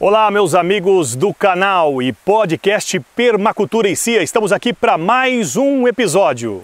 Olá, meus amigos do canal e podcast Permacultura em Cia. Estamos aqui para mais um episódio.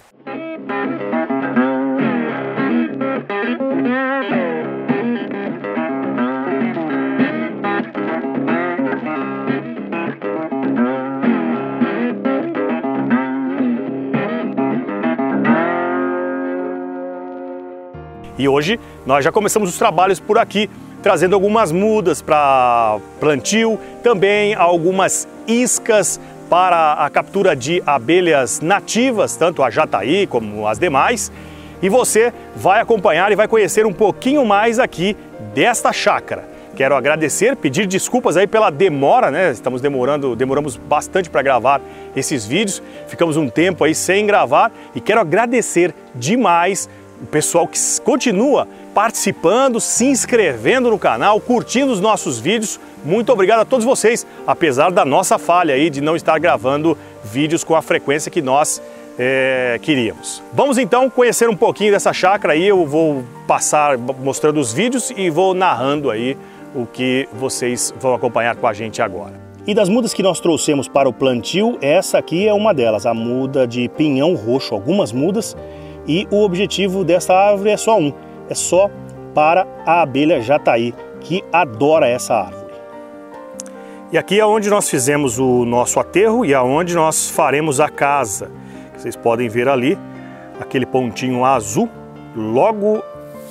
E hoje nós já começamos os trabalhos por aqui, trazendo algumas mudas para plantio, também algumas iscas para a captura de abelhas nativas, tanto a jataí como as demais. E você vai acompanhar e vai conhecer um pouquinho mais aqui desta chácara. Quero agradecer, pedir desculpas aí pela demora, né? Demoramos bastante para gravar esses vídeos, ficamos um tempo aí sem gravar e quero agradecer demais o pessoal que continua participando, se inscrevendo no canal, curtindo os nossos vídeos. Muito obrigado a todos vocês, apesar da nossa falha aí de não estar gravando vídeos com a frequência que nós queríamos. Vamos então conhecer um pouquinho dessa chácara aí. Eu vou passar mostrando os vídeos e vou narrando aí o que vocês vão acompanhar com a gente agora. E das mudas que nós trouxemos para o plantio, essa aqui é uma delas, a muda de pinhão roxo, algumas mudas. E o objetivo dessa árvore é só um, é só para a abelha jataí, que adora essa árvore. E aqui é onde nós fizemos o nosso aterro e aonde nós faremos a casa. Vocês podem ver ali, aquele pontinho azul, logo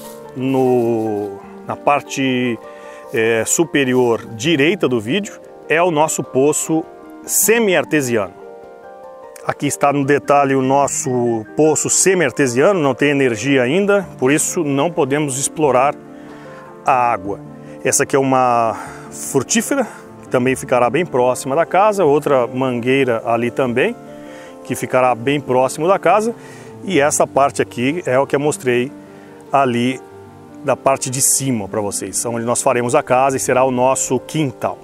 na parte superior direita do vídeo, é o nosso poço semi-artesiano. Aqui está no detalhe o nosso poço semi-artesiano, não tem energia ainda, por isso não podemos explorar a água. Essa aqui é uma frutífera, que também ficará bem próxima da casa, outra mangueira ali também, que ficará bem próximo da casa. E essa parte aqui é o que eu mostrei ali da parte de cima para vocês, onde nós faremos a casa e será o nosso quintal.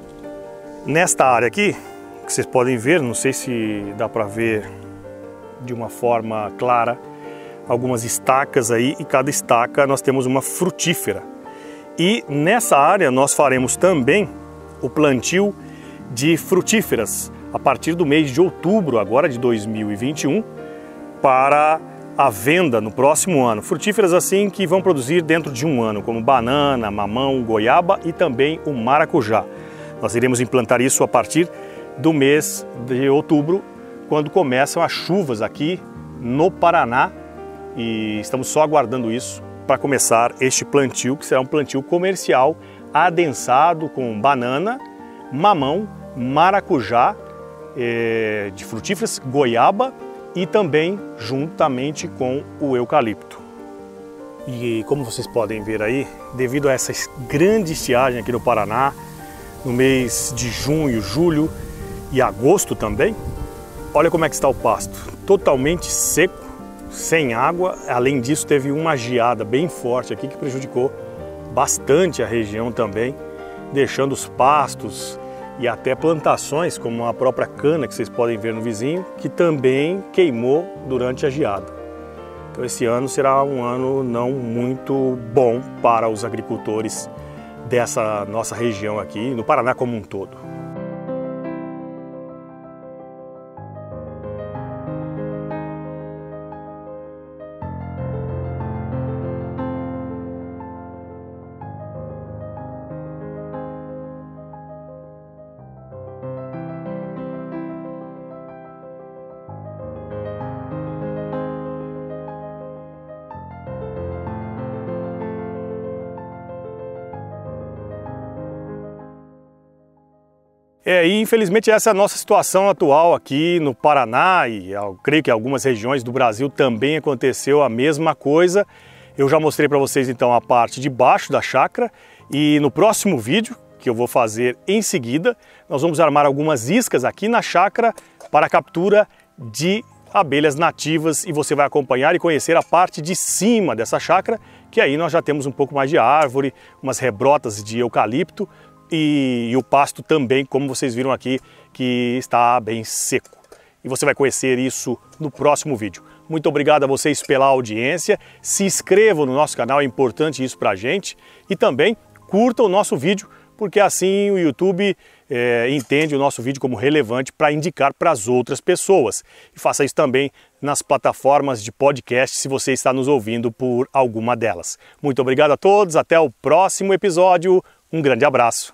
Nesta área aqui, que vocês podem ver, não sei se dá para ver de uma forma clara, algumas estacas aí, e cada estaca nós temos uma frutífera. E nessa área nós faremos também o plantio de frutíferas a partir do mês de outubro, agora de 2021, para a venda no próximo ano. Frutíferas assim que vão produzir dentro de um ano, como banana, mamão, goiaba e também o maracujá. Nós iremos implantar isso a partir do mês de outubro, quando começam as chuvas aqui no Paraná, e estamos só aguardando isso para começar este plantio, que será um plantio comercial adensado com banana, mamão, maracujá, de frutíferas, goiaba e também juntamente com o eucalipto. E como vocês podem ver aí, devido a essa grande estiagem aqui no Paraná, no mês de junho, julho e agosto também, olha como é que está o pasto, totalmente seco, sem água. Além disso, teve uma geada bem forte aqui que prejudicou bastante a região também, deixando os pastos e até plantações, como a própria cana que vocês podem ver no vizinho, que também queimou durante a geada. Então esse ano será um ano não muito bom para os agricultores dessa nossa região aqui, no Paraná como um todo. E infelizmente essa é a nossa situação atual aqui no Paraná, e eu creio que em algumas regiões do Brasil também aconteceu a mesma coisa. Eu já mostrei para vocês então a parte de baixo da chácara, e no próximo vídeo, que eu vou fazer em seguida, nós vamos armar algumas iscas aqui na chácara para a captura de abelhas nativas, e você vai acompanhar e conhecer a parte de cima dessa chácara, que aí nós já temos um pouco mais de árvore, umas rebrotas de eucalipto, e o pasto também, como vocês viram aqui, que está bem seco. E você vai conhecer isso no próximo vídeo. Muito obrigado a vocês pela audiência, se inscrevam no nosso canal, é importante isso pra gente, e também curtam o nosso vídeo, porque assim o YouTube entende o nosso vídeo como relevante para indicar para as outras pessoas. E faça isso também nas plataformas de podcast, se você está nos ouvindo por alguma delas. Muito obrigado a todos, até o próximo episódio, um grande abraço.